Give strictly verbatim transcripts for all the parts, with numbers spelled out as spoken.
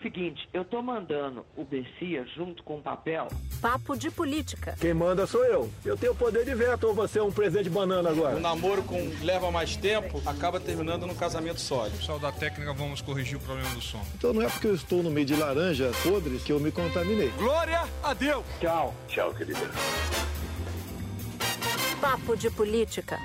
Seguinte, eu tô mandando o Bessia junto com o papel. Papo de política. Quem manda sou eu. Eu tenho poder de veto ou você é um presente de banana agora? O namoro com leva mais tempo acaba terminando num casamento sólido. Pessoal da técnica, vamos corrigir o problema do som. Então não é porque eu estou no meio de laranjas podres que eu me contaminei. Glória a Deus! Tchau. Tchau, querida. Papo de política.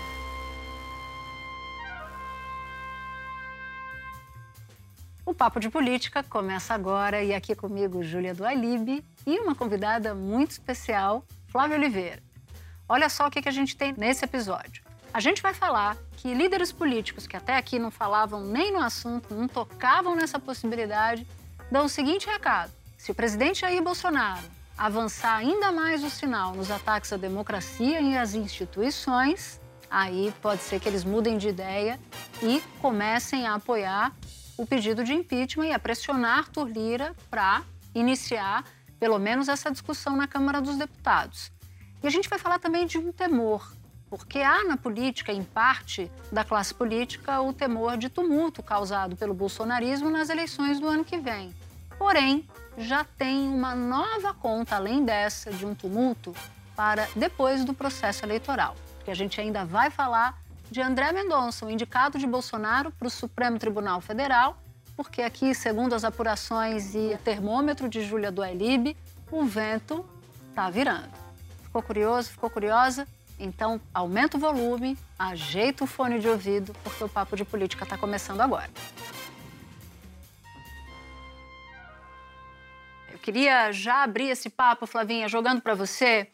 O Papo de Política começa agora e aqui comigo Júlia do Alibe e uma convidada muito especial, Flávia Oliveira. Olha só o que a gente tem nesse episódio. A gente vai falar que líderes políticos que até aqui não falavam nem no assunto, não tocavam nessa possibilidade, dão o seguinte recado: se o presidente Jair Bolsonaro avançar ainda mais o sinal nos ataques à democracia e às instituições, aí pode ser que eles mudem de ideia e comecem a apoiar o pedido de impeachment e a pressionar Arthur Lira para iniciar, pelo menos, essa discussão na Câmara dos Deputados. E a gente vai falar também de um temor, porque há na política, em parte da classe política, o temor de tumulto causado pelo bolsonarismo nas eleições do ano que vem. Porém, já tem uma nova conta, além dessa, de um tumulto, para depois do processo eleitoral, porque a gente ainda vai falar de André Mendonça, o indicado de Bolsonaro para o Supremo Tribunal Federal, porque aqui, segundo as apurações e o termômetro de Júlia do Alibe, o vento está virando. Ficou curioso? Ficou curiosa? Então, aumenta o volume, ajeita o fone de ouvido, porque o Papo de Política está começando agora. Eu queria já abrir esse papo, Flavinha, jogando para você,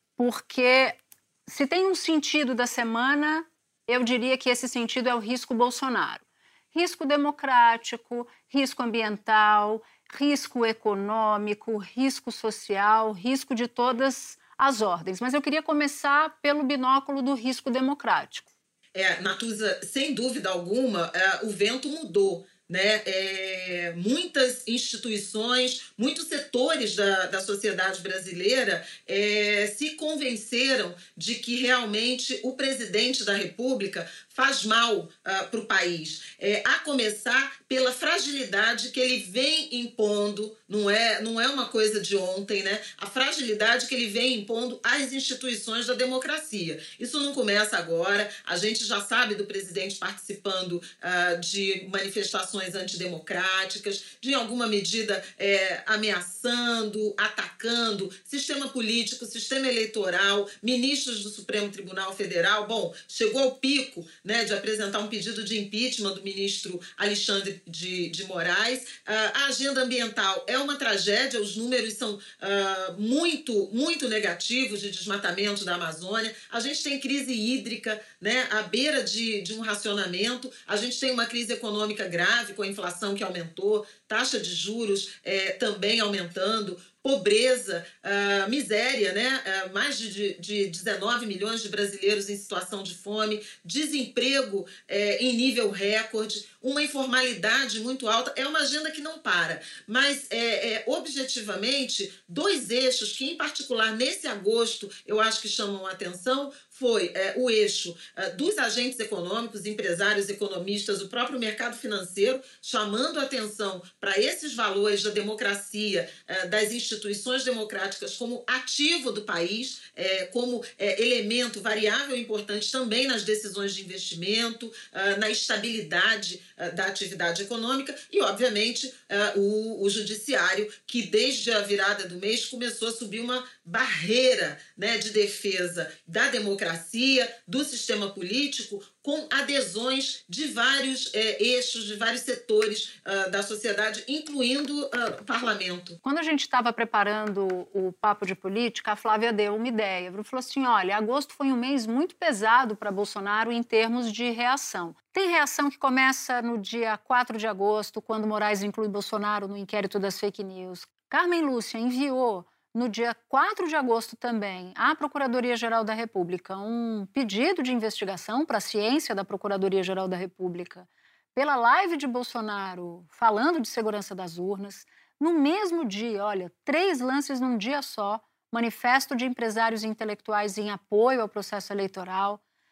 porque se tem um sentido da semana, eu diria que esse sentido é o risco Bolsonaro. Risco democrático, risco ambiental, risco econômico, risco social, risco de todas as ordens. Mas eu queria começar pelo binóculo do risco democrático. É, Natuza, sem dúvida alguma, é, o vento mudou. Né? É, muitas instituições, muitos setores da, da sociedade brasileira é, se convenceram de que realmente o presidente da República faz mal uh, para o país, é, a começar pela fragilidade que ele vem impondo, não é, não é uma coisa de ontem, né? A fragilidade que ele vem impondo às instituições da democracia. Isso não começa agora, a gente já sabe do presidente participando uh, de manifestações antidemocráticas, de em alguma medida é, ameaçando, atacando sistema político, sistema eleitoral, ministros do Supremo Tribunal Federal. Bom, chegou ao pico, né, de apresentar um pedido de impeachment do ministro Alexandre de, de Moraes. Uh, a agenda ambiental é uma tragédia, os números são uh, muito, muito negativos de desmatamento da Amazônia. A gente tem crise hídrica, né, à beira de, de um racionamento. A gente tem uma crise econômica grave, com a inflação que aumentou, taxa de juros eh, também aumentando, pobreza, uh, miséria, né? Uh, mais de, de dezenove milhões de brasileiros em situação de fome, desemprego eh, em nível recorde, uma informalidade muito alta. É uma agenda que não para, mas é, é, objetivamente, dois eixos que, em particular, nesse agosto, eu acho que chamam a atenção, foi é, o eixo é, dos agentes econômicos, empresários, economistas, o próprio mercado financeiro, chamando a atenção para esses valores da democracia, é, das instituições democráticas como ativo do país, é, como é, elemento variável importante também nas decisões de investimento, é, na estabilidade é, da atividade econômica e, obviamente, é, o, o judiciário, que desde a virada do mês começou a subir uma barreira, né, de defesa da democracia, do sistema político, com adesões de vários é, eixos, de vários setores uh, da sociedade, incluindo uh, o parlamento. Quando a gente estava preparando o Papo de Política, a Flávia deu uma ideia. Ela falou assim, olha, agosto foi um mês muito pesado para Bolsonaro em termos de reação. Tem reação que começa no dia quatro de agosto, quando Moraes inclui Bolsonaro no inquérito das fake news. Carmen Lúcia enviou no dia quatro de agosto também, à Procuradoria-Geral da República, um pedido de investigação para a ciência da Procuradoria-Geral da República, pela live de Bolsonaro falando de segurança das urnas. No mesmo dia, olha, três lances num dia só, manifesto de empresários intelectuais em apoio ao processo eleitoral.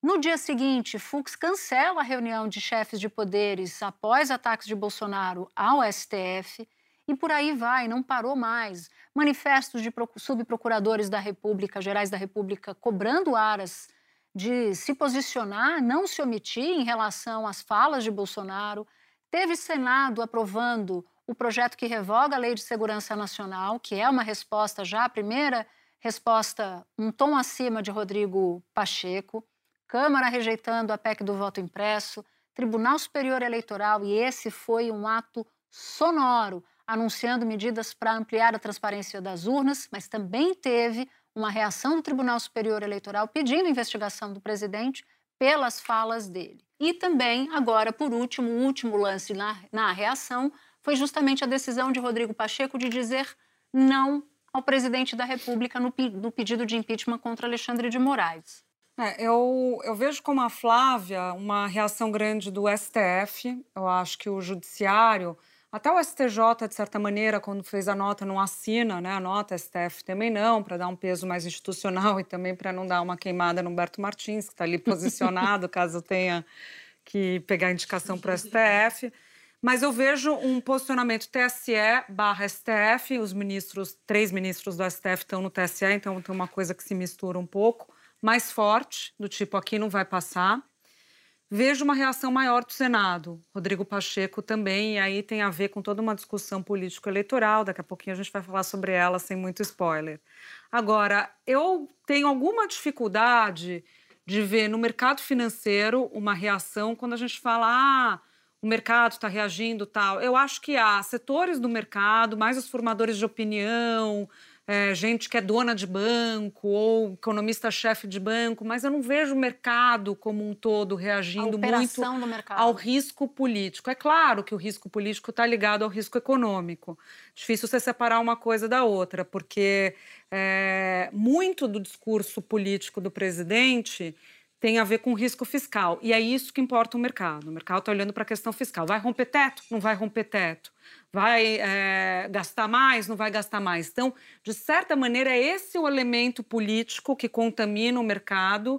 No dia seguinte, Fux cancela a reunião de chefes de poderes após ataques de Bolsonaro ao S T F e por aí vai, não parou mais. Manifestos de subprocuradores da República, gerais da República, cobrando Aras de se posicionar, não se omitir em relação às falas de Bolsonaro. Teve Senado aprovando o projeto que revoga a Lei de Segurança Nacional, que é uma resposta já, a primeira resposta um tom acima de Rodrigo Pacheco. Câmara rejeitando a P E C do voto impresso, Tribunal Superior Eleitoral, e esse foi um ato sonoro, anunciando medidas para ampliar a transparência das urnas, mas também teve uma reação do Tribunal Superior Eleitoral pedindo investigação do presidente pelas falas dele. E também, agora, por último, o último lance na, na reação foi justamente a decisão de Rodrigo Pacheco de dizer não ao presidente da República no, no pedido de impeachment contra Alexandre de Moraes. É, eu, eu vejo como a Flávia uma reação grande do S T F. Eu acho que o judiciário, até o S T J, de certa maneira, quando fez a nota, não assina, né? A nota, S T F também não, para dar um peso mais institucional e também para não dar uma queimada no Humberto Martins, que está ali posicionado, caso tenha que pegar indicação para o S T F. Mas eu vejo um posicionamento T S E barra S T F, os ministros, três ministros do S T F estão no T S E, então tem uma coisa que se mistura um pouco, mais forte, do tipo, aqui não vai passar. Vejo uma reação maior do Senado, Rodrigo Pacheco também, e aí tem a ver com toda uma discussão político-eleitoral, daqui a pouquinho a gente vai falar sobre ela sem muito spoiler. Agora, eu tenho alguma dificuldade de ver no mercado financeiro uma reação quando a gente fala, ah, o mercado está reagindo, tal. Eu acho que há setores do mercado, mais os formadores de opinião, É, gente que é dona de banco ou economista-chefe de banco, mas eu não vejo o mercado como um todo reagindo muito do mercado. ao risco político. É claro que o risco político está ligado ao risco econômico. Difícil você separar uma coisa da outra, porque é, muito do discurso político do presidente tem a ver com risco fiscal. E é isso que importa o mercado. O mercado está olhando para a questão fiscal. Vai romper teto? Não vai romper teto. Vai é, gastar mais? Não vai gastar mais. Então, de certa maneira, é esse o elemento político que contamina o mercado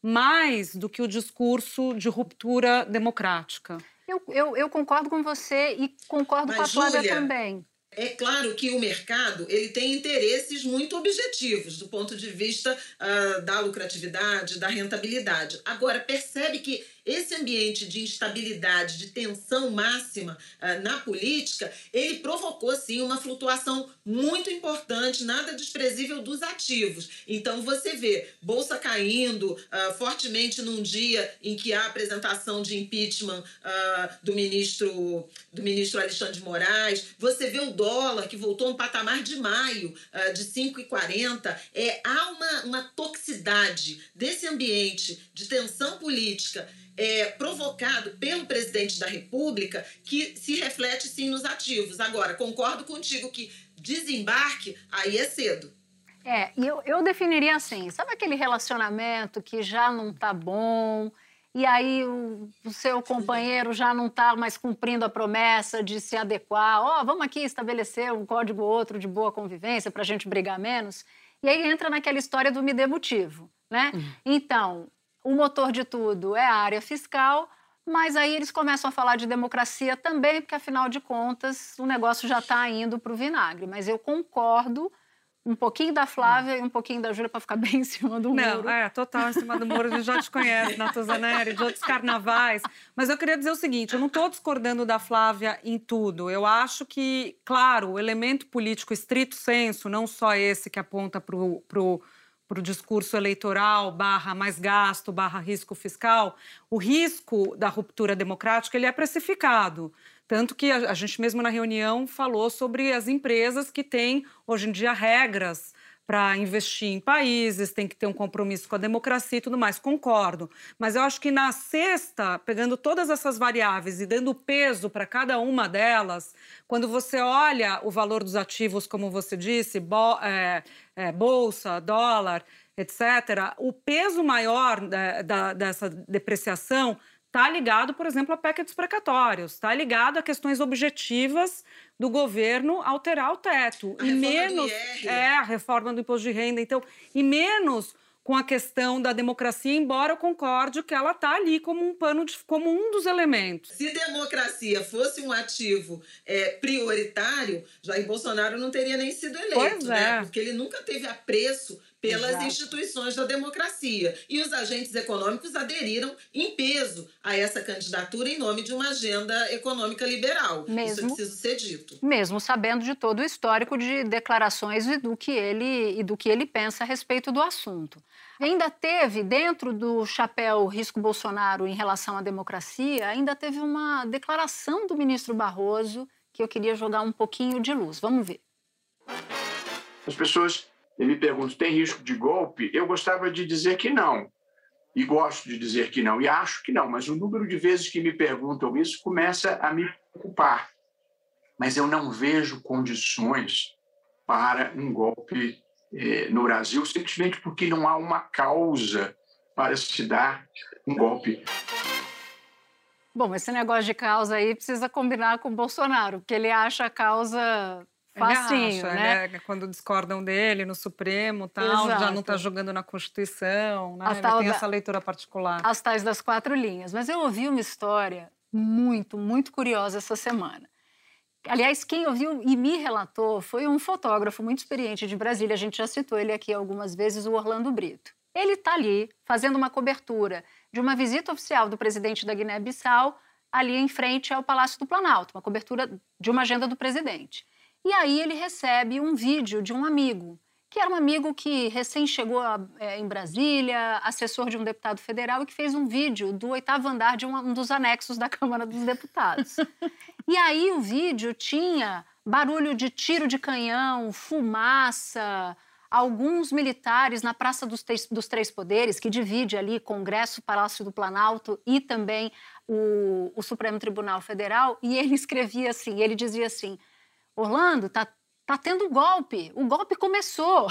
mais do que o discurso de ruptura democrática. Eu, eu, eu concordo com você e concordo Mas, com a Flávia Júlia, também. É claro que o mercado ele tem interesses muito objetivos do ponto de vista uh, da lucratividade, da rentabilidade. Agora, percebe que esse ambiente de instabilidade, de tensão máxima uh, na política, ele provocou, sim, uma flutuação muito importante, nada desprezível dos ativos. Então, você vê Bolsa caindo uh, fortemente num dia em que há apresentação de impeachment uh, do ministro, do ministro Alexandre de Moraes. Você vê o dólar, que voltou a um patamar de maio, uh, de cinco e quarenta. É, há uma, uma toxicidade desse ambiente de tensão política É, provocado pelo presidente da República, que se reflete, sim, nos ativos. Agora, concordo contigo que desembarque, aí é cedo. É, e eu, eu definiria assim, sabe aquele relacionamento que já não tá bom, e aí o, o seu companheiro já não tá mais cumprindo a promessa de se adequar, ó, oh, vamos aqui estabelecer um código ou outro de boa convivência para a gente brigar menos, e aí entra naquela história do me dê motivo, né? Uhum. Então, o motor de tudo é a área fiscal, mas aí eles começam a falar de democracia também, porque, afinal de contas, o negócio já está indo para o vinagre. Mas eu concordo, um pouquinho da Flávia e um pouquinho da Júlia para ficar bem em cima do muro. Não, é, total em cima do muro. A gente já te conhece, Natuzaneri, de outros carnavais. Mas eu queria dizer o seguinte, eu não estou discordando da Flávia em tudo. Eu acho que, claro, o elemento político estrito sensu, não só esse que aponta para o... para o discurso eleitoral, barra mais gasto, barra risco fiscal, o risco da ruptura democrática ele é precificado. Tanto que a, a gente mesmo na reunião falou sobre as empresas que têm, hoje em dia, regras para investir em países, tem que ter um compromisso com a democracia e tudo mais, concordo. Mas eu acho que na sexta, pegando todas essas variáveis e dando peso para cada uma delas, quando você olha o valor dos ativos, como você disse, bo, é, é, bolsa, dólar, etcétera, o peso maior da, da, dessa depreciação está ligado, por exemplo, à P E C dos precatórios, está ligado a questões objetivas do governo alterar o teto. A e reforma menos do I R. é a reforma do imposto de renda, então, e menos com a questão da democracia, embora eu concorde que ela está ali como um pano de, como um dos elementos. Se democracia fosse um ativo é, prioritário, Jair Bolsonaro não teria nem sido eleito, pois é. né? Porque ele nunca teve apreço pelas Exato. instituições da democracia. E os agentes econômicos aderiram em peso a essa candidatura em nome de uma agenda econômica liberal. Mesmo, Isso é preciso ser dito. Mesmo sabendo de todo o histórico de declarações e do que ele, e do que ele pensa a respeito do assunto. Ainda teve, dentro do chapéu risco Bolsonaro em relação à democracia, ainda teve uma declaração do ministro Barroso que eu queria jogar um pouquinho de luz. Vamos ver. As pessoas me perguntam, tem risco de golpe? Eu gostava de dizer que não. E gosto de dizer que não. E acho que não. Mas o número de vezes que me perguntam isso começa a me preocupar. Mas eu não vejo condições para um golpe eh, no Brasil, simplesmente porque não há uma causa para se dar um golpe. Bom, esse negócio de causa aí precisa combinar com o Bolsonaro, porque ele acha a causa facinho, acha, né? né? Quando discordam dele no Supremo, tal, já não está jogando na Constituição, né? Ele tem essa leitura particular. As tais das quatro linhas. Mas eu ouvi uma história muito, muito curiosa essa semana. Aliás, quem ouviu e me relatou foi um fotógrafo muito experiente de Brasília, a gente já citou ele aqui algumas vezes, o Orlando Brito. Ele está ali fazendo uma cobertura de uma visita oficial do presidente da Guiné-Bissau ali em frente ao Palácio do Planalto, uma cobertura de uma agenda do presidente. E aí ele recebe um vídeo de um amigo, que era um amigo que recém chegou a, é, em Brasília, assessor de um deputado federal e que fez um vídeo do oitavo andar de um, um dos anexos da Câmara dos Deputados. E aí o vídeo tinha barulho de tiro de canhão, fumaça, alguns militares na Praça dos, dos Três Poderes, que divide ali Congresso, Palácio do Planalto e também o, o Supremo Tribunal Federal. E ele escrevia assim, ele dizia assim, Orlando, tá, tá tendo golpe, o golpe começou.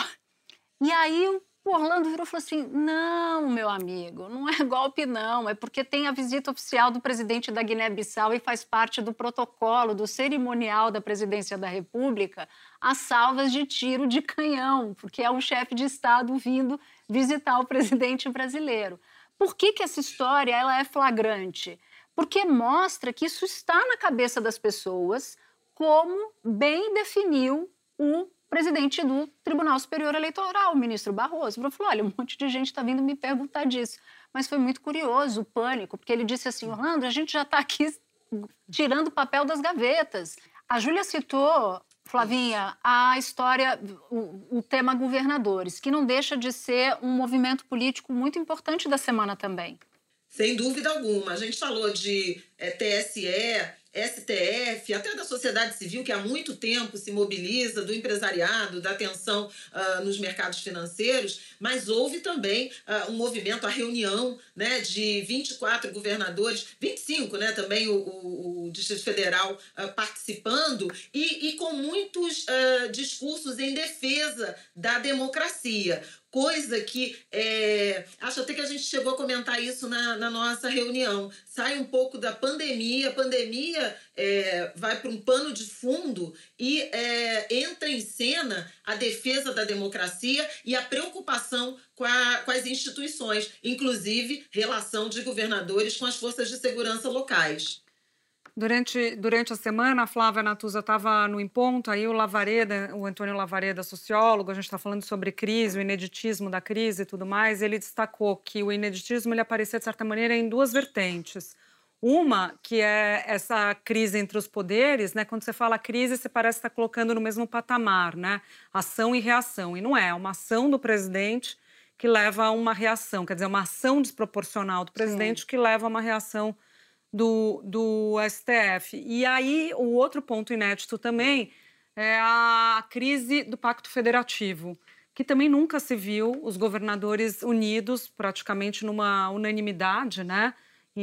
E aí o Orlando virou e falou assim, não, meu amigo, não é golpe não, é porque tem a visita oficial do presidente da Guiné-Bissau e faz parte do protocolo, do cerimonial da presidência da República, as salvas de tiro de canhão, porque é um chefe de Estado vindo visitar o presidente brasileiro. Por que que essa história ela é flagrante? Porque mostra que isso está na cabeça das pessoas, como bem definiu o presidente do Tribunal Superior Eleitoral, o ministro Barroso. Ele falou, olha, um monte de gente está vindo me perguntar disso. Mas foi muito curioso o pânico, porque ele disse assim, Orlando, a gente já está aqui tirando o papel das gavetas. A Júlia citou, Flavinha, a história, o, o tema governadores, que não deixa de ser um movimento político muito importante da semana também. Sem dúvida alguma. A gente falou de é, T S E, S T F, até da sociedade civil, que há muito tempo se mobiliza, do empresariado, da atenção uh, nos mercados financeiros, mas houve também uh, um movimento, a reunião, né, de vinte e quatro governadores, vinte e cinco, né, também o, o, o Distrito Federal uh, participando, e, e com muitos uh, discursos em defesa da democracia. Coisa que, é, acho até que a gente chegou a comentar isso na, na nossa reunião. Sai um pouco da pandemia, a pandemia é, vai para um pano de fundo e é, entra em cena a defesa da democracia e a preocupação com, a, com as instituições, inclusive relação de governadores com as forças de segurança locais. Durante, durante a semana, a Flávia Natuza estava no Em Ponto, aí o Lavareda, o Antônio Lavareda, sociólogo, a gente está falando sobre crise, o ineditismo da crise e tudo mais, ele destacou que o ineditismo ele aparecia, de certa maneira, em duas vertentes. Uma, que é essa crise entre os poderes, né? Quando você fala crise, você parece estar colocando no mesmo patamar, né? Ação e reação, e não é, é uma ação do presidente que leva a uma reação, quer dizer, uma ação desproporcional do presidente Sim. que leva a uma reação Do, do S T F. E aí, o outro ponto inédito também é a crise do Pacto Federativo, que também nunca se viu os governadores unidos, praticamente numa unanimidade, né?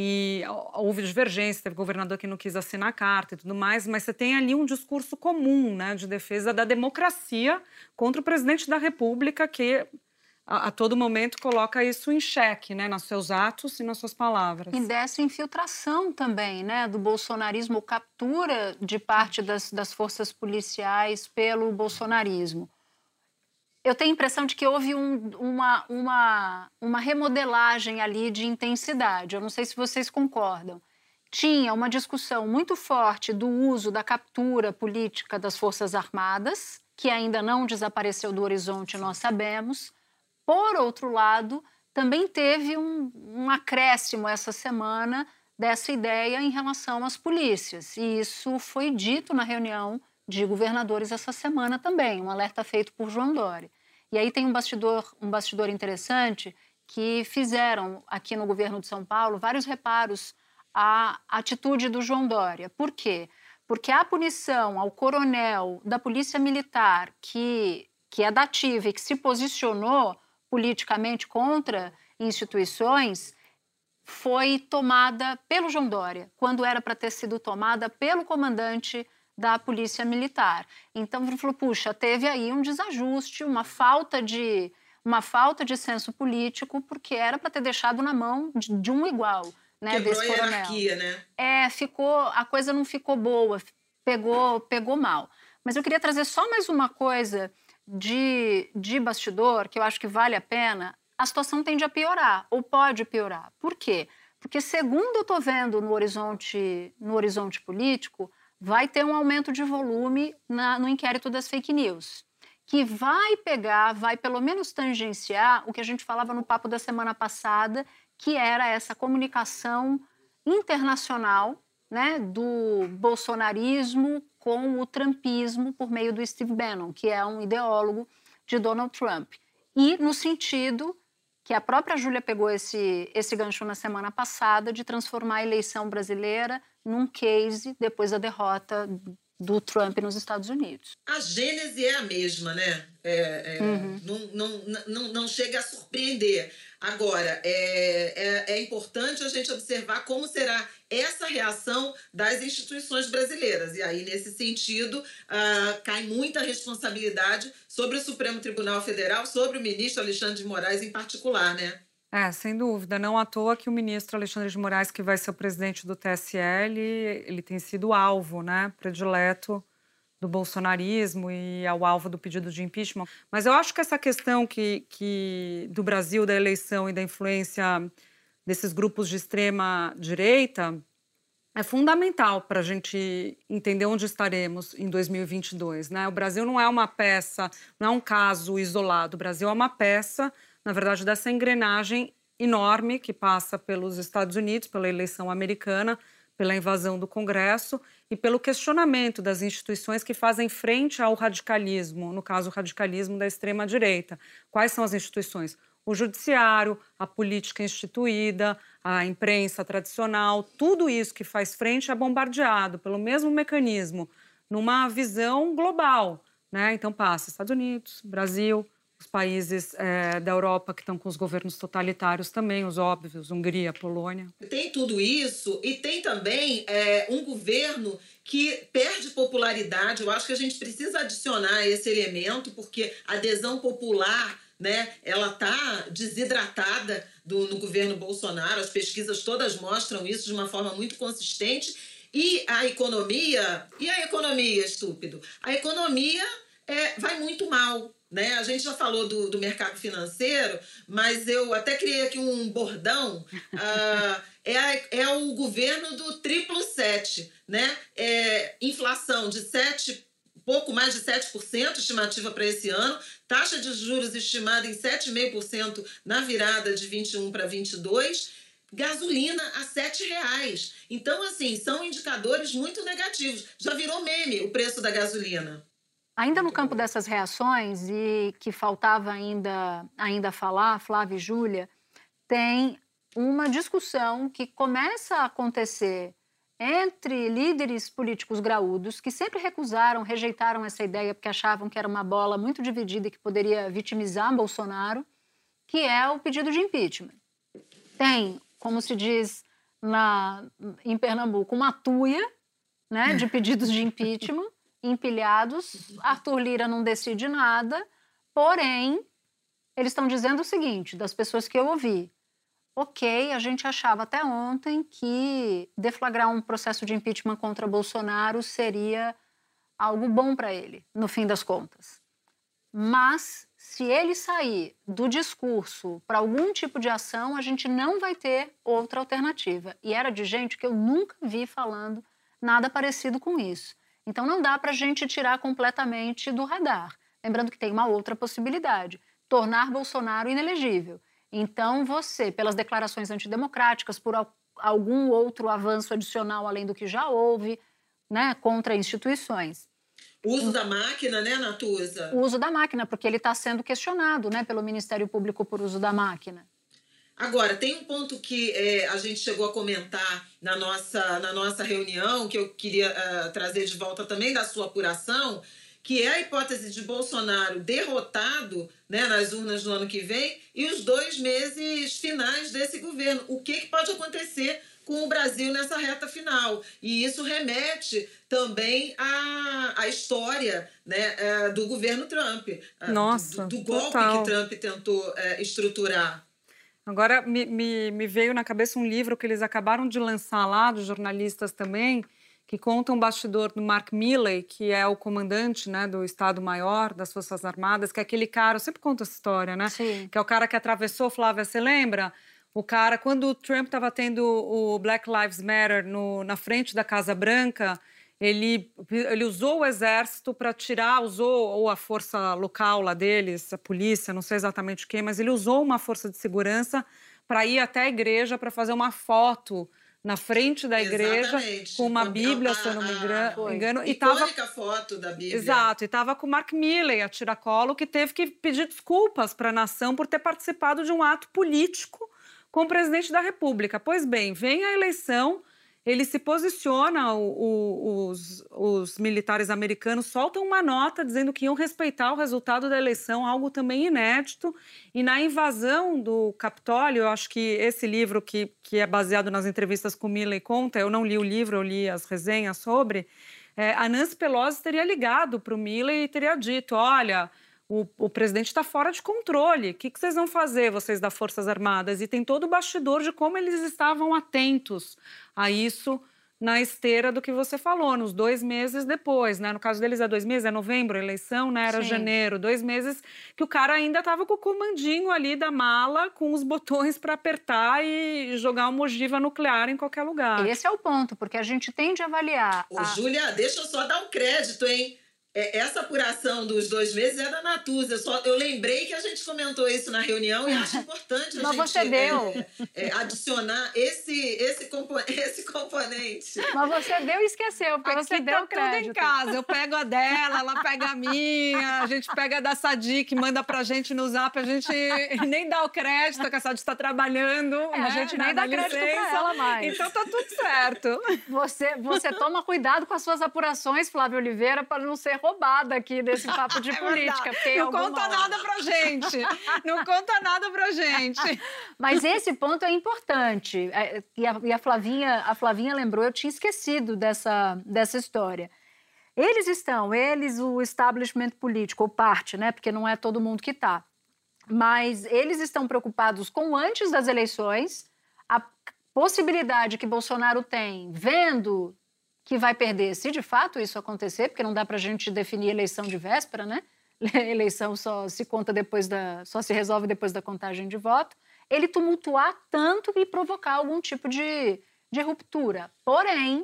E houve divergência, teve governador que não quis assinar a carta e tudo mais, mas você tem ali um discurso comum, né, de defesa da democracia contra o presidente da República, que a, a todo momento coloca isso em xeque, né, nos seus atos e nas suas palavras. E dessa infiltração também, né, do bolsonarismo, captura de parte das, das forças policiais pelo bolsonarismo. eu tenho a impressão de que houve um, uma, uma, uma remodelagem ali de intensidade. Eu não sei se vocês concordam. Tinha uma discussão muito forte do uso da captura política das Forças Armadas, que ainda não desapareceu do horizonte, nós sabemos. Por outro lado, também teve um, um acréscimo essa semana dessa ideia em relação às polícias. E isso foi dito na reunião de governadores essa semana também, um alerta feito por João Dória. E aí tem um bastidor, um bastidor interessante que fizeram aqui no governo de São Paulo vários reparos à atitude do João Dória. Por quê? Porque a punição ao coronel da Polícia Militar, que, que é da ativa e que se posicionou politicamente contra instituições, foi tomada pelo João Dória, quando era para ter sido tomada pelo comandante da Polícia Militar. Então, ele falou, puxa, teve aí um desajuste, uma falta de, uma falta de senso político, porque era para ter deixado na mão de, de um igual, né, Quebrou desse a coronel. hierarquia, né? É, ficou, a coisa não ficou boa, pegou, pegou mal. Mas eu queria trazer só mais uma coisa de, de bastidor, que eu acho que vale a pena. A situação tende a piorar, ou pode piorar. Por quê? Porque, segundo eu estou vendo no horizonte, no horizonte político, vai ter um aumento de volume na, no inquérito das fake news, que vai pegar, vai pelo menos tangenciar o que a gente falava no papo da semana passada, que era essa comunicação internacional, né, do bolsonarismo com o trumpismo por meio do Steve Bannon, que é um ideólogo de Donald Trump. E no sentido que a própria Júlia pegou esse, esse gancho na semana passada, de transformar a eleição brasileira num case depois da derrota do Trump nos Estados Unidos. A gênese é a mesma, né? É, é, uhum. não, não, não, não chega a surpreender. Agora, é, é, é importante a gente observar como será essa reação das instituições brasileiras. E aí, nesse sentido, uh, cai muita responsabilidade sobre o Supremo Tribunal Federal, sobre o ministro Alexandre de Moraes em particular, né? É, sem dúvida. Não à toa que o ministro Alexandre de Moraes, que vai ser o presidente do T S E, ele, ele tem sido alvo, né, predileto do bolsonarismo e ao alvo do pedido de impeachment. Mas eu acho que essa questão que, que, do Brasil, da eleição e da influência desses grupos de extrema-direita é fundamental para a gente entender onde estaremos em dois mil e vinte e dois. Né? O Brasil não é uma peça, não é um caso isolado. O Brasil é uma peça, na verdade, dessa engrenagem enorme que passa pelos Estados Unidos, pela eleição americana, pela invasão do Congresso e pelo questionamento das instituições que fazem frente ao radicalismo, no caso, o radicalismo da extrema-direita. Quais são as instituições? O judiciário, a política instituída, a imprensa tradicional, tudo isso que faz frente é bombardeado pelo mesmo mecanismo, numa visão global, né? Então passa Estados Unidos, Brasil, os países é, da Europa que estão com os governos totalitários também, os óbvios, Hungria, Polônia. Tem tudo isso e tem também é, um governo que perde popularidade. Eu acho que a gente precisa adicionar esse elemento, porque a adesão popular, né, ela está desidratada do, no governo Bolsonaro. As pesquisas todas mostram isso de uma forma muito consistente. E a economia... E a economia, estúpido? A economia é, vai muito mal. Né? A gente já falou do, do mercado financeiro, mas eu até criei aqui um bordão. Uh, é, a, é o governo do triplo sete, né? É, inflação de sete, pouco mais de sete por cento, estimativa para esse ano, taxa de juros estimada em sete vírgula cinco por cento na virada de vinte e um para vinte e dois, gasolina a sete reais. Então, assim, são indicadores muito negativos. Já virou meme o preço da gasolina. Ainda no campo dessas reações, e que faltava ainda, ainda falar, Flávia e Júlia, tem uma discussão que começa a acontecer entre líderes políticos graúdos, que sempre recusaram, rejeitaram essa ideia porque achavam que era uma bola muito dividida e que poderia vitimizar Bolsonaro, que é o pedido de impeachment. Tem, como se diz na, em Pernambuco, uma tuia, né, de pedidos de impeachment, empilhados. Arthur Lira não decide nada, porém, eles estão dizendo o seguinte, das pessoas que eu ouvi, ok, a gente achava até ontem que deflagrar um processo de impeachment contra Bolsonaro seria algo bom para ele, no fim das contas. Mas, Se ele sair do discurso para algum tipo de ação, a gente não vai ter outra alternativa. E era de gente que eu nunca vi falando nada parecido com isso. Então não dá para a gente tirar completamente do radar. Lembrando que tem uma outra possibilidade, tornar Bolsonaro inelegível. Então você, pelas declarações antidemocráticas, por algum outro avanço adicional além do que já houve, né, contra instituições. O uso da máquina, né, Natuza? O uso da máquina, porque ele está sendo questionado, né, pelo Ministério Público por uso da máquina. Agora, tem um ponto que é, a gente chegou a comentar na nossa, na nossa reunião, que eu queria uh, trazer de volta também da sua apuração, que é a hipótese de Bolsonaro derrotado, né, nas urnas do ano que vem e os dois meses finais desse governo. O que, que pode acontecer com o Brasil nessa reta final? E isso remete também à, à história, né, do governo Trump. Nossa, do, do golpe total. que Trump tentou é, estruturar. Agora me, me, me veio na cabeça um livro que eles acabaram de lançar lá, dos jornalistas também, que conta um bastidor do Mark Milley, que é o comandante, né, do Estado-Maior das Forças Armadas, que é aquele cara, eu sempre conto essa história, né? Sim. Que é o cara que atravessou, Flávia, você lembra? O cara, quando o Trump estava tendo o Black Lives Matter no, na frente da Casa Branca, ele, ele usou o exército para tirar, usou ou a força local lá deles, a polícia, não sei exatamente quem, mas ele usou uma força de segurança para ir até a igreja para fazer uma foto na frente da igreja, exatamente, com uma com Bíblia, a, se eu não me a, engano. E tava... icônica foto da Bíblia. Exato, e estava com o Mark Milley, a tiracolo, que teve que pedir desculpas para a nação por ter participado de um ato político com o presidente da República. Pois bem, vem a eleição, ele se posiciona, o, o, os, os militares americanos soltam uma nota dizendo que iam respeitar o resultado da eleição, algo também inédito. E na invasão do Capitólio, eu acho que esse livro, que, que é baseado nas entrevistas com o Milley, conta, eu não li o livro, eu li as resenhas sobre, é, a Nancy Pelosi teria ligado para o Milley e teria dito, olha... O, o presidente está fora de controle. O que, que vocês vão fazer, vocês das Forças Armadas? E tem todo o bastidor de como eles estavam atentos a isso na esteira do que você falou, nos dois meses depois, né? No caso deles é dois meses, é novembro, a eleição, né? Era Sim. janeiro, dois meses que o cara ainda estava com o comandinho ali da mala, com os botões para apertar e jogar uma ogiva nuclear em qualquer lugar. Esse é o ponto, porque a gente tende a avaliar... Ô, a... Júlia, deixa eu só dar um crédito, hein? Essa apuração dos dois meses é da Natuza. Eu, só, eu lembrei que a gente comentou isso na reunião e acho importante a Mas gente você deu. É, é, adicionar esse, esse, compo esse componente. Mas você deu e esqueceu, porque Aqui você tá deu crédito. Tudo em casa. Eu pego a dela, ela pega a minha, a gente pega a da Sadi, que manda pra gente no Zap, a gente nem dá o crédito, que a Sadi está trabalhando. É, a gente nem dá crédito pra ela mais. Então tá tudo certo. Você, você toma cuidado com as suas apurações, Flávia Oliveira, para não ser roubada aqui desse papo de é política. Não conta nada pra gente. Não conta nada pra gente. Mas esse ponto é importante. E a, e a, Flavinha, a Flavinha lembrou, eu tinha esquecido dessa, dessa história. Eles estão, eles, o establishment político, ou parte, né? Porque não é todo mundo que está. Mas eles estão preocupados com antes das eleições, a possibilidade que Bolsonaro tem, vendo que vai perder, se de fato isso acontecer, porque não dá para a gente definir eleição de véspera, né? Eleição só se conta depois da, só se resolve depois da contagem de voto. Ele tumultuar tanto e provocar algum tipo de, de ruptura. Porém,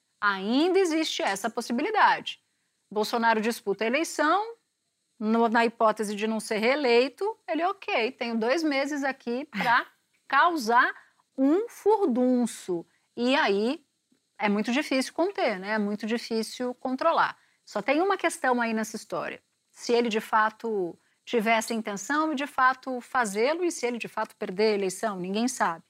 ainda existe essa possibilidade. Bolsonaro disputa a eleição, no, na hipótese de não ser reeleito, ele, ok, tenho dois meses aqui para causar um furdunço. E aí é muito difícil conter, né? É muito difícil controlar. Só tem uma questão aí nessa história. Se ele, de fato, tiver essa intenção e, de fato, fazê-lo, e se ele, de fato, perder a eleição, ninguém sabe.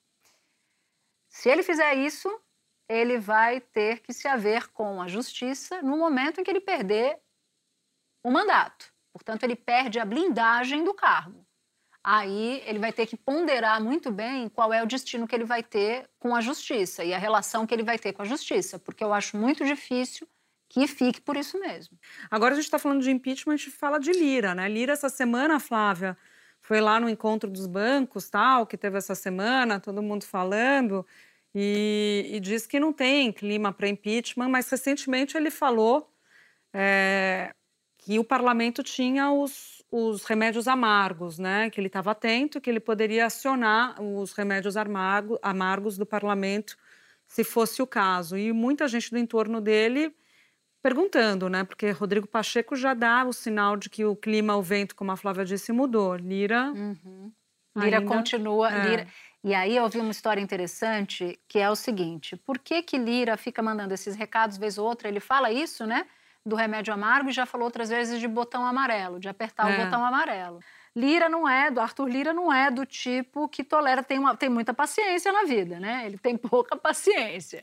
Se ele fizer isso, ele vai ter que se haver com a justiça no momento em que ele perder o mandato. Portanto, ele perde a blindagem do cargo. Aí ele vai ter que ponderar muito bem qual é o destino que ele vai ter com a justiça e a relação que ele vai ter com a justiça, porque eu acho muito difícil que fique por isso mesmo. Agora a gente está falando de impeachment, a gente fala de Lira, né? Lira, essa semana, Flávia, foi lá no encontro dos bancos, tal, que teve essa semana, todo mundo falando, e, e diz que não tem clima para impeachment, mas recentemente ele falou é, que o parlamento tinha os os remédios amargos, né? Que ele estava atento, que ele poderia acionar os remédios amargo, amargos do parlamento, se fosse o caso. E muita gente do entorno dele perguntando, né? Porque Rodrigo Pacheco já dá o sinal de que o clima, o vento, como a Flávia disse, mudou. Lira... Uhum. Lira ainda... continua... É. Lira... E aí eu ouvi uma história interessante, que é o seguinte: por que que Lira fica mandando esses recados vez ou outra? Ele fala isso, né? Do remédio amargo, e já falou outras vezes de botão amarelo, de apertar é. o botão amarelo. Lira não é, do Arthur Lira não é do tipo que tolera, tem, uma, tem muita paciência na vida, né? Ele tem pouca paciência.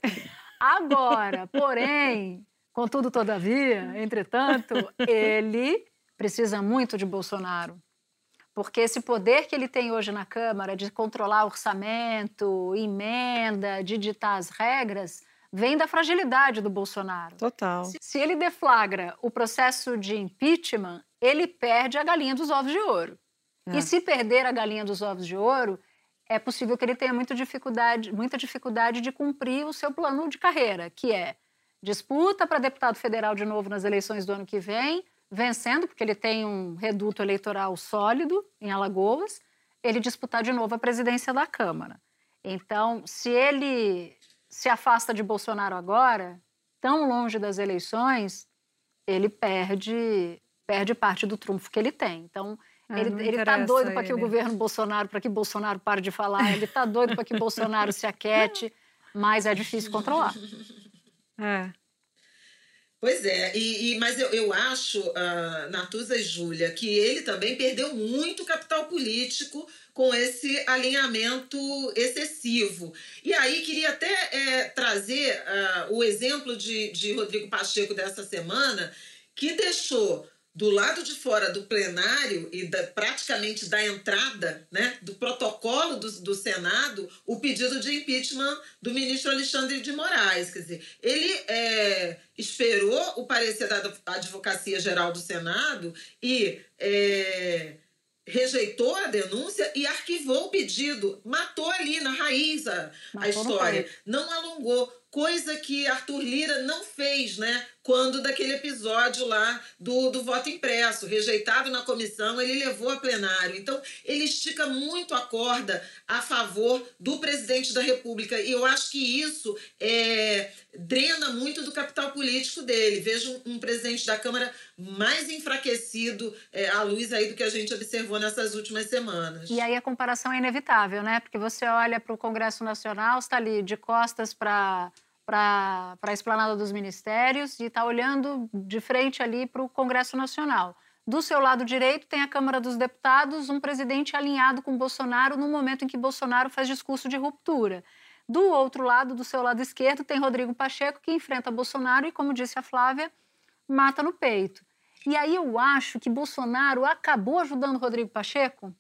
Agora, porém, contudo, todavia, entretanto, ele precisa muito de Bolsonaro. Porque esse poder que ele tem hoje na Câmara de controlar orçamento, emenda, de ditar as regras, vem da fragilidade do Bolsonaro. Total. Se, se ele deflagra o processo de impeachment, ele perde a galinha dos ovos de ouro. É. E se perder a galinha dos ovos de ouro, é possível que ele tenha muita dificuldade, muita dificuldade de cumprir o seu plano de carreira, que é disputa para deputado federal de novo nas eleições do ano que vem, vencendo, porque ele tem um reduto eleitoral sólido em Alagoas, ele disputar de novo a presidência da Câmara. Então, se ele se afasta de Bolsonaro agora, tão longe das eleições, ele perde, perde parte do trunfo que ele tem. Então, é, ele está doido para que o governo Bolsonaro, para que Bolsonaro pare de falar, ele está doido para que Bolsonaro se aquete, mas é difícil controlar. É. Pois é, e, e, mas eu, eu acho, uh, Natuza e Júlia, que ele também perdeu muito capital político com esse alinhamento excessivo. E aí queria até é, trazer uh, o exemplo de, de Rodrigo Pacheco dessa semana, que deixou do lado de fora do plenário e da, praticamente da entrada, né, do protocolo do, do Senado, o pedido de impeachment do ministro Alexandre de Moraes. Quer dizer, ele é, esperou o parecer da Advocacia Geral do Senado e é, rejeitou a denúncia e arquivou o pedido. Matou ali na raiz a, a história. Não alongou. Coisa que Arthur Lira não fez, né? Quando daquele episódio lá do, do voto impresso, rejeitado na comissão, ele levou a plenário. Então, ele estica muito a corda a favor do presidente da República. E eu acho que isso é, drena muito do capital político dele. Vejo um, um presidente da Câmara mais enfraquecido é, à luz aí do que a gente observou nessas últimas semanas. E aí a comparação é inevitável, né? Porque você olha para o Congresso Nacional, está ali de costas para... para a esplanada dos ministérios e está olhando de frente ali para o Congresso Nacional. Do seu lado direito tem a Câmara dos Deputados, um presidente alinhado com Bolsonaro no momento em que Bolsonaro faz discurso de ruptura. Do outro lado, do seu lado esquerdo, tem Rodrigo Pacheco, que enfrenta Bolsonaro e, como disse a Flávia, mata no peito. E aí eu acho que Bolsonaro acabou ajudando Rodrigo Pacheco,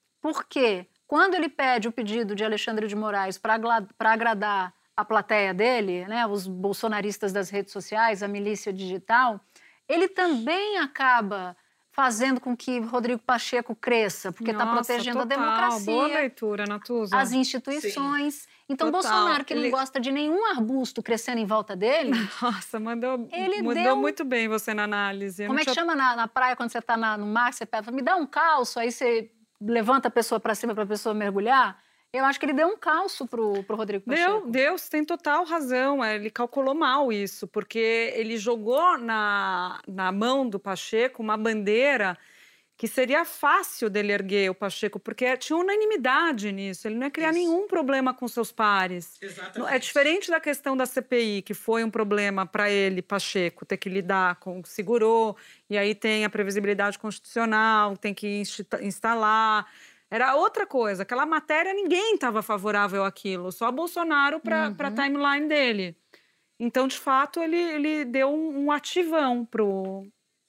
porque quando ele pede o pedido de Alexandre de Moraes para agradar a plateia dele, né, os bolsonaristas das redes sociais, a milícia digital, ele também acaba fazendo com que Rodrigo Pacheco cresça, porque está protegendo total, a democracia, boa leitura, Natuza. as instituições. Sim. Então, total. Bolsonaro, que ele... não gosta de nenhum arbusto crescendo em volta dele... Nossa, mandou, ele mandou deu... muito bem você na análise. Como é que tinha... chama na, na praia, quando você está no mar, você pega, me dá um calço, aí você levanta a pessoa para cima para a pessoa mergulhar? Eu acho que ele deu um calço pro, pro Rodrigo Pacheco. Deu, deu, você tem total razão. Ele calculou mal isso, porque ele jogou na, na mão do Pacheco uma bandeira que seria fácil dele erguer o Pacheco, porque tinha unanimidade nisso. Ele não ia criar isso. nenhum problema com seus pares. Exatamente. É diferente da questão da C P I, que foi um problema para ele, Pacheco, ter que lidar com... Segurou, e aí tem a previsibilidade constitucional, tem que instalar... Era outra coisa. Aquela matéria, ninguém estava favorável àquilo. Só Bolsonaro para uhum. a timeline dele. Então, de fato, ele, ele deu um, um ativão pro,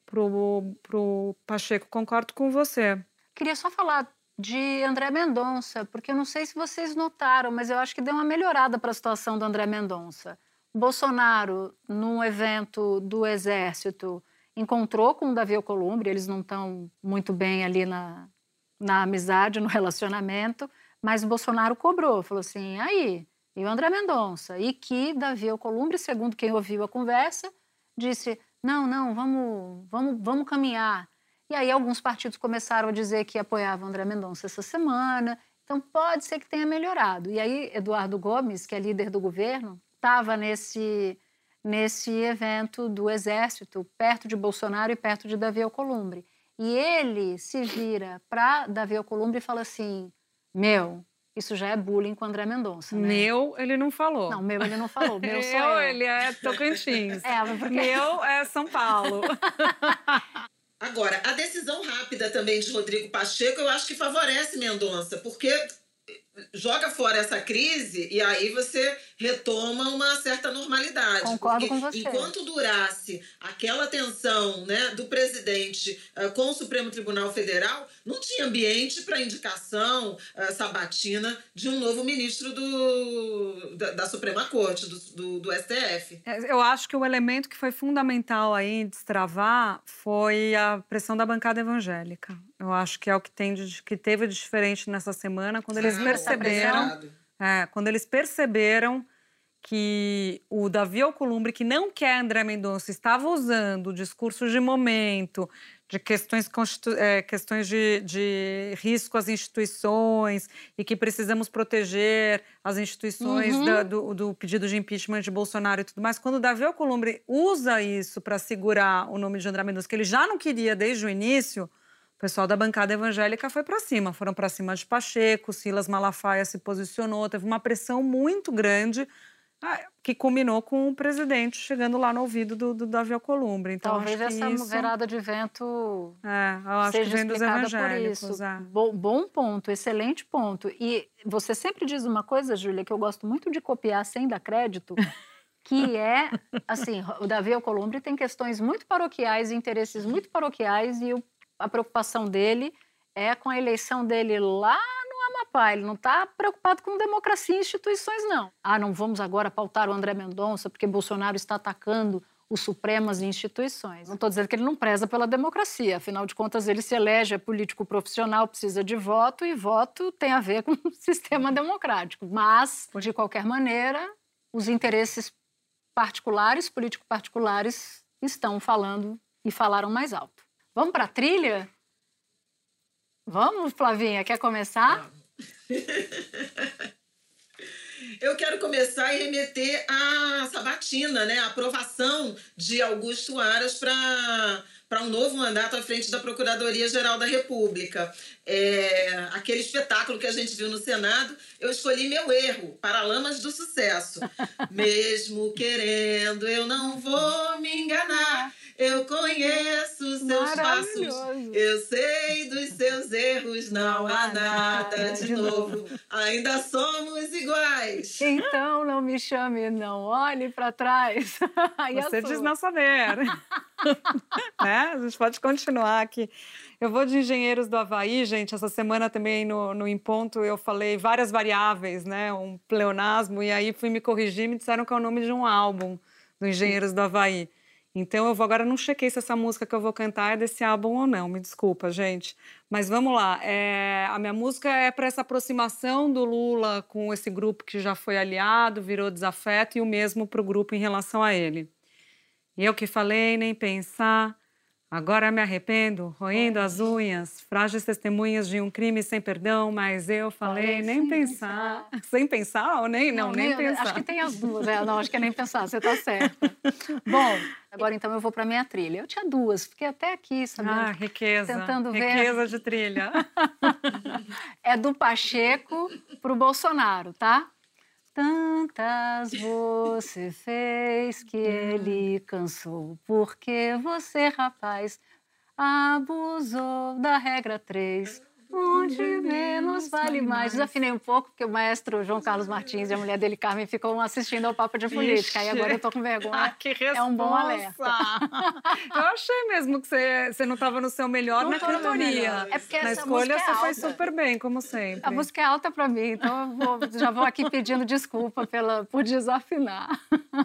pro, pro Pacheco. Concordo com você. Queria só falar de André Mendonça, porque eu não sei se vocês notaram, mas eu acho que deu uma melhorada para a situação do André Mendonça. Bolsonaro, num evento do Exército, encontrou com o Davi Alcolumbre. Eles não estão muito bem ali na... na amizade, no relacionamento, mas o Bolsonaro cobrou, falou assim, aí, e o André Mendonça? E que Davi Alcolumbre, segundo quem ouviu a conversa, disse, não, não, vamos, vamos, vamos caminhar. E aí alguns partidos começaram a dizer que apoiavam André Mendonça essa semana. Então pode ser que tenha melhorado. E aí Eduardo Gomes, que é líder do governo, estava nesse, nesse evento do Exército, perto de Bolsonaro e perto de Davi Alcolumbre. E ele se vira para Davi Alcolumbre e fala assim, meu, isso já é bullying com André Mendonça, né? Meu, ele não falou. Não, meu ele não falou, meu sou eu. eu. Ele é Tocantins. É, porque... Meu é São Paulo. Agora, a decisão rápida também de Rodrigo Pacheco, eu acho que favorece Mendonça, porque joga fora essa crise e aí você retoma uma certa normalidade. Concordo porque com você. Enquanto durasse aquela tensão, né, do presidente uh, com o Supremo Tribunal Federal, não tinha ambiente para indicação uh, sabatina de um novo ministro do, da, da Suprema Corte, do, do, do S T F. Eu acho que o elemento que foi fundamental aí em destravar foi a pressão da bancada evangélica. Eu acho que é o que, tem de, que teve de diferente nessa semana, quando eles Ah, perceberam... É, quando eles perceberam que o Davi Alcolumbre, que não quer André Mendonça, estava usando discursos de momento, de questões, é, questões de, de risco às instituições e que precisamos proteger as instituições Uhum. da, do, do pedido de impeachment de Bolsonaro e tudo mais. Quando o Davi Alcolumbre usa isso para segurar o nome de André Mendonça, que ele já não queria desde o início, o pessoal da bancada evangélica foi para cima. Foram para cima de Pacheco, Silas Malafaia se posicionou, teve uma pressão muito grande que culminou com o presidente chegando lá no ouvido do, do Davi Alcolumbre. Então, talvez acho que essa isso... virada de vento é, eu acho seja que vem dos explicada por evangélicos. isso. É. Bom, bom ponto, excelente ponto. E você sempre diz uma coisa, Júlia, que eu gosto muito de copiar sem dar crédito, que é, assim, o Davi Alcolumbre tem questões muito paroquiais, interesses muito paroquiais, e o a preocupação dele é com a eleição dele lá no Amapá. Ele não está preocupado com democracia e instituições, não. Ah, não vamos agora pautar o André Mendonça porque Bolsonaro está atacando o Supremo e instituições. Não estou dizendo que ele não preza pela democracia. Afinal de contas, ele se elege, é político profissional, precisa de voto, e voto tem a ver com o sistema democrático. Mas, de qualquer maneira, os interesses particulares, político-particulares, estão falando e falaram mais alto. Vamos para a trilha? Vamos, Flavinha? Quer começar? Eu quero começar e remeter à sabatina, né? A aprovação de Augusto Aras para para um novo mandato à frente da Procuradoria-Geral da República. É, aquele espetáculo que a gente viu no Senado, eu escolhi Meu Erro, Paralamas do Sucesso. Mesmo querendo, eu não vou me enganar. Eu conheço os seus passos, eu sei dos seus erros, não há nada de novo, ainda somos iguais. Então não me chame, não olhe para trás. Você diz não saber. Né? A gente pode continuar aqui. Eu vou de Engenheiros do Havaí, gente. Essa semana também no, no Em Ponto eu falei várias variáveis, né? Um pleonasmo, e aí fui me corrigir e me disseram que é o nome de um álbum do Engenheiros do Havaí. Então, eu vou agora não chequei se essa música que eu vou cantar é desse álbum ou não, me desculpa, gente. Mas vamos lá, é, a minha música é para essa aproximação do Lula com esse grupo que já foi aliado, virou desafeto, e o mesmo para o grupo em relação a ele. Eu que falei, nem pensar, agora me arrependo, roendo as unhas, frágeis testemunhas de um crime sem perdão, mas eu falei, falei nem pensar. pensar. Sem pensar ou nem? Não, não nem, nem pensar. Acho que tem as duas, é, não, acho que é nem pensar, você está certa. Bom, agora então eu vou para minha trilha. Eu tinha duas, fiquei até aqui, sabe? Ah, riqueza, tentando ver. Riqueza de trilha. É do Pacheco pro Bolsonaro, tá? Tantas você fez que ele cansou, porque você, rapaz, abusou da regra três, onde menos vale mais. Desafinei um pouco, porque o maestro João Carlos Martins e a mulher dele, Carmen, ficam assistindo ao Papo de Política. Aí agora eu tô com vergonha. Ah, que resposta! É um bom alerta. Eu achei mesmo que você, você não estava no seu melhor não na cantoria. É porque na essa escolha música você é foi alta. super bem, como sempre. A música é alta para mim, então eu vou, já vou aqui pedindo desculpa pela, por desafinar.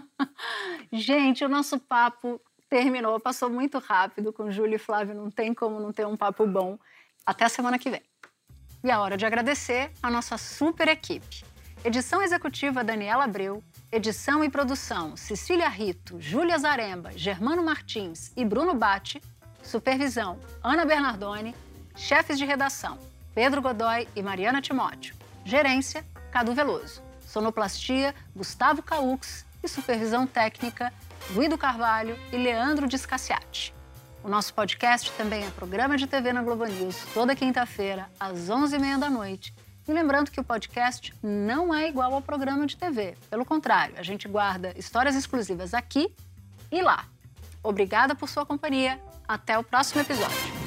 Gente, o nosso papo terminou, passou muito rápido com Júlia e Flávio, não tem como não ter um papo bom. Até a semana que vem. E a hora de agradecer a nossa super equipe. Edição executiva Daniela Abreu, edição e produção Cecília Rito, Júlia Zaremba, Germano Martins e Bruno Batti, Supervisão, Ana Bernardoni. Chefes de redação, Pedro Godoy e Mariana Timóteo. Gerência, Cadu Veloso. Sonoplastia, Gustavo Caux. E supervisão técnica, Guido Carvalho e Leandro Discassiati. O nosso podcast também é programa de T V na Globo News, toda quinta-feira, às onze e meia da noite. E lembrando que o podcast não é igual ao programa de T V. Pelo contrário, a gente guarda histórias exclusivas aqui e lá. Obrigada por sua companhia. Até o próximo episódio.